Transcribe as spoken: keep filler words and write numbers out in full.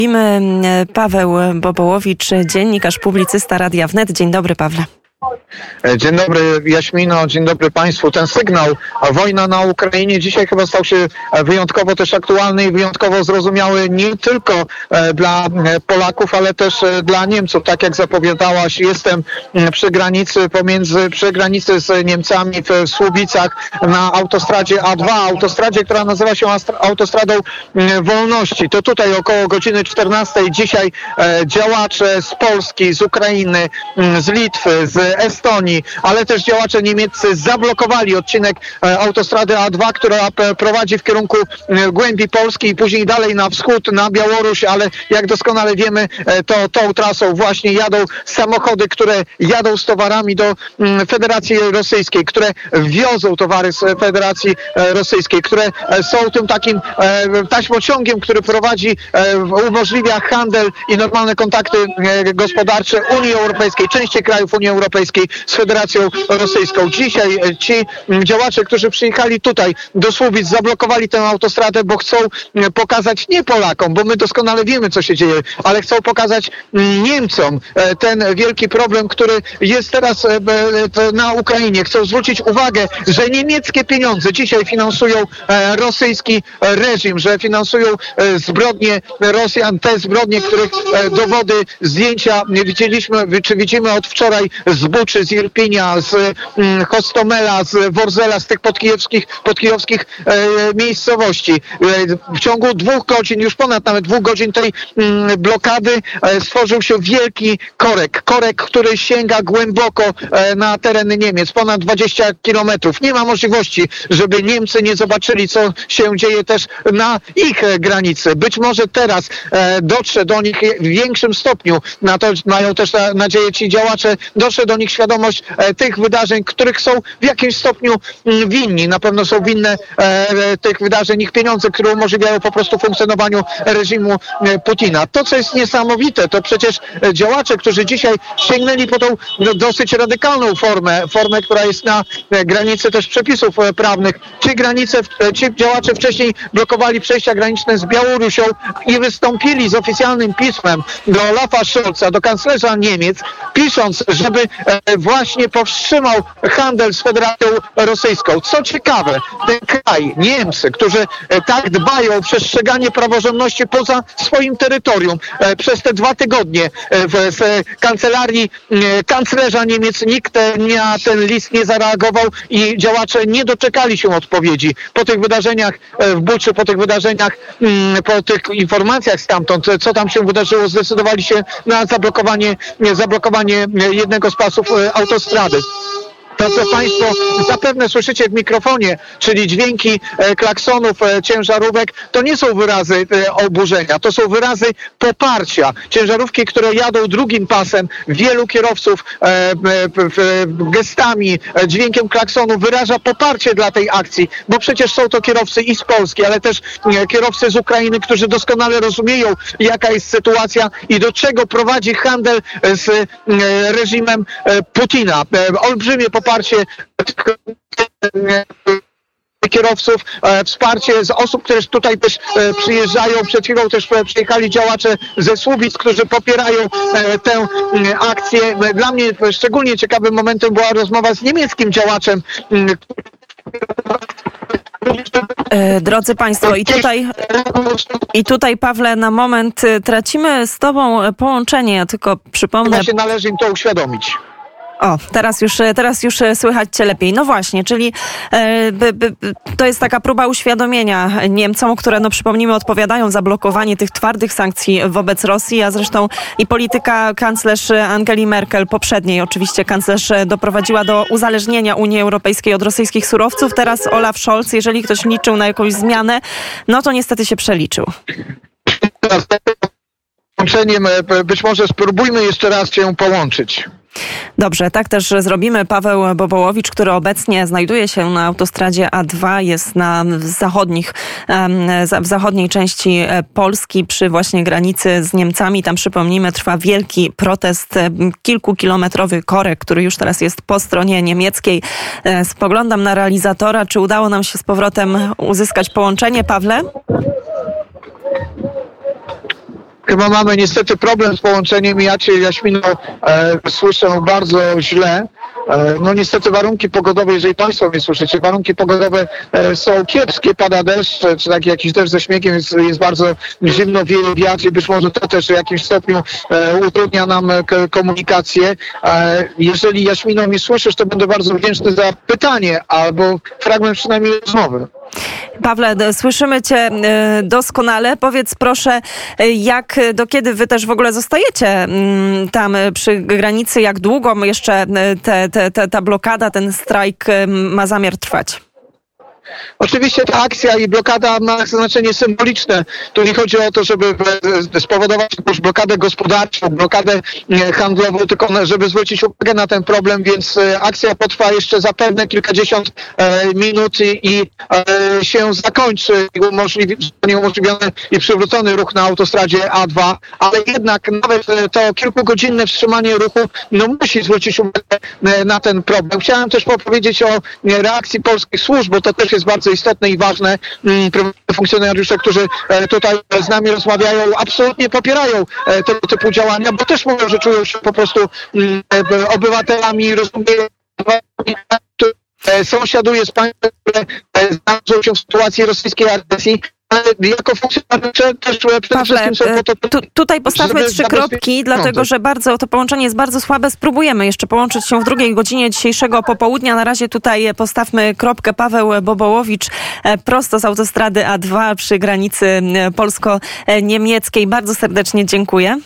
Paweł Bobołowicz, dziennikarz, publicysta Radia Wnet. Dzień dobry, Pawle. Dzień dobry, Jaśmino, dzień dobry Państwu. Ten sygnał, wojna na Ukrainie dzisiaj chyba stał się wyjątkowo też aktualny i wyjątkowo zrozumiały nie tylko dla Polaków, ale też dla Niemców. Tak jak zapowiadałaś, jestem przy granicy pomiędzy, przy granicy z Niemcami w Słubicach na autostradzie A dwa, autostradzie, która nazywa się autostradą wolności. To tutaj około godziny czternastej dzisiaj działacze z Polski, z Ukrainy, z Litwy, z Estonii, ale też działacze niemieccy zablokowali odcinek autostrady A dwa, która prowadzi w kierunku głębi Polski i później dalej na wschód, na Białoruś, ale jak doskonale wiemy, to tą trasą właśnie jadą samochody, które jadą z towarami do Federacji Rosyjskiej, które wiozą towary z Federacji Rosyjskiej, które są tym takim taśmociągiem, który prowadzi, umożliwia handel i normalne kontakty gospodarcze Unii Europejskiej, części krajów Unii Europejskiej z Federacją Rosyjską. Dzisiaj ci działacze, którzy przyjechali tutaj do Słubic, zablokowali tę autostradę, bo chcą pokazać nie Polakom, bo my doskonale wiemy, co się dzieje, ale chcą pokazać Niemcom ten wielki problem, który jest teraz na Ukrainie. Chcą zwrócić uwagę, że niemieckie pieniądze dzisiaj finansują rosyjski reżim, że finansują zbrodnie Rosjan, te zbrodnie, których dowody, zdjęcia widzieliśmy, czy widzimy od wczoraj z Buczy, z Irpinia, z mm, Hostomela, z Worzela, z tych podkijowskich, podkijowskich e, miejscowości. E, w ciągu dwóch godzin, już ponad nawet dwóch godzin tej mm, blokady e, stworzył się wielki korek. Korek, który sięga głęboko e, na tereny Niemiec, ponad dwadzieścia kilometrów. Nie ma możliwości, żeby Niemcy nie zobaczyli, co się dzieje też na ich e, granicy. Być może teraz e, dotrze do nich w większym stopniu, na to mają też na, nadzieję ci działacze, dotrze do nich świadomość e, tych wydarzeń, których są w jakimś stopniu m, winni. Na pewno są winne e, tych wydarzeń ich pieniądze, które umożliwiają po prostu funkcjonowaniu reżimu e, Putina. To, co jest niesamowite, to przecież e, działacze, którzy dzisiaj sięgnęli po tą no, dosyć radykalną formę, formę, która jest na e, granicy też przepisów e, prawnych. Ci granice, e, ci działacze wcześniej blokowali przejścia graniczne z Białorusią i wystąpili z oficjalnym pismem do Olafa Scholza, do kanclerza Niemiec, pisząc, żeby właśnie powstrzymał handel z Federacją Rosyjską. Co ciekawe, ten kraj, Niemcy, którzy tak dbają o przestrzeganie praworządności poza swoim terytorium, przez te dwa tygodnie w kancelarii kanclerza Niemiec nikt na ten list nie zareagował i działacze nie doczekali się odpowiedzi. Po tych wydarzeniach w Buczy, po tych wydarzeniach, po tych informacjach stamtąd, co tam się wydarzyło, zdecydowali się na zablokowanie, zablokowanie jednego z pasów autostrady. To, co Państwo zapewne słyszycie w mikrofonie, czyli dźwięki e, klaksonów, e, ciężarówek, to nie są wyrazy e, oburzenia, to są wyrazy poparcia. Ciężarówki, które jadą drugim pasem, wielu kierowców e, e, e, gestami, e, dźwiękiem klaksonu wyraża poparcie dla tej akcji, bo przecież są to kierowcy i z Polski, ale też e, kierowcy z Ukrainy, którzy doskonale rozumieją, jaka jest sytuacja i do czego prowadzi handel z e, reżimem e, Putina. E, olbrzymie poparcie kierowców, e, wsparcie z osób, które tutaj też e, przyjeżdżają. Przed chwilą też e, przyjechali działacze ze Słubic, którzy popierają e, tę e, akcję. Dla mnie szczególnie ciekawym momentem była rozmowa z niemieckim działaczem, e, Drodzy Państwo, i tutaj, i tutaj, Pawle, na moment tracimy z Tobą połączenie. Ja tylko przypomnę... Właśnie należy im to uświadomić. O, teraz już, teraz już słychać Cię lepiej. No właśnie, czyli e, by, by, to jest taka próba uświadomienia Niemcom, które, no przypomnijmy, odpowiadają za blokowanie tych twardych sankcji wobec Rosji, a zresztą i polityka kanclerz Angeli Merkel, poprzedniej oczywiście kanclerz, doprowadziła do uzależnienia Unii Europejskiej od rosyjskich surowców. Teraz Olaf Scholz, jeżeli ktoś liczył na jakąś zmianę, no to niestety się przeliczył. Być może spróbujmy jeszcze raz Cię połączyć. Dobrze, tak też zrobimy. Paweł Bobołowicz, który obecnie znajduje się na autostradzie A dwa, jest na zachodnich, w zachodniej części Polski, przy właśnie granicy z Niemcami. Tam, przypomnijmy, trwa wielki protest, kilkukilometrowy korek, który już teraz jest po stronie niemieckiej. Spoglądam na realizatora. Czy udało nam się z powrotem uzyskać połączenie, Pawle? chyba mamy niestety problem z połączeniem. Ja cię, Jaśmino, e, słyszę bardzo źle. E, no niestety warunki pogodowe, jeżeli państwo mnie słyszycie, warunki pogodowe e, są kiepskie, pada deszcz, czy taki jakiś deszcz ze śniegiem, jest, jest bardzo zimno, wieje wiatr i być może to też w jakimś stopniu e, utrudnia nam k- komunikację. E, jeżeli, Jaśmino, mnie słyszysz, to będę bardzo wdzięczny za pytanie albo fragment przynajmniej rozmowy. Pawle, d- słyszymy cię y, doskonale. Powiedz proszę, y, jak, do kiedy wy też w ogóle zostajecie mm, tam y, przy granicy? Jak długo jeszcze y, te, te, te, ta blokada, ten strajk y, ma zamiar trwać? Oczywiście ta akcja i blokada ma znaczenie symboliczne. Tu nie chodzi o to, żeby spowodować jakąś blokadę gospodarczą, blokadę handlową, tylko żeby zwrócić uwagę na ten problem, więc akcja potrwa jeszcze zapewne kilkadziesiąt minut i się zakończy. Zostanie umożliwiony i przywrócony ruch na autostradzie A dwa, ale jednak nawet to kilkugodzinne wstrzymanie ruchu no, musi zwrócić uwagę na ten problem. Chciałem też powiedzieć o reakcji polskich służb, bo to też jest bardzo istotne i ważne. Funkcjonariusze, którzy tutaj z nami rozmawiają, absolutnie popierają tego typu działania, bo też mówią, że czują się po prostu obywatelami, rozumieją, sąsiaduje z państwem, które znalazło się w sytuacji rosyjskiej agresji. Jako funkcjonariusze też przede Pawle, wszystkim są po to, tu, tutaj postawmy trzy kropki, dlatego że bardzo to połączenie jest bardzo słabe. Spróbujemy jeszcze połączyć się w drugiej godzinie dzisiejszego popołudnia. Na razie tutaj postawmy kropkę. Paweł Bobołowicz prosto z autostrady A dwa przy granicy polsko-niemieckiej. Bardzo serdecznie dziękuję.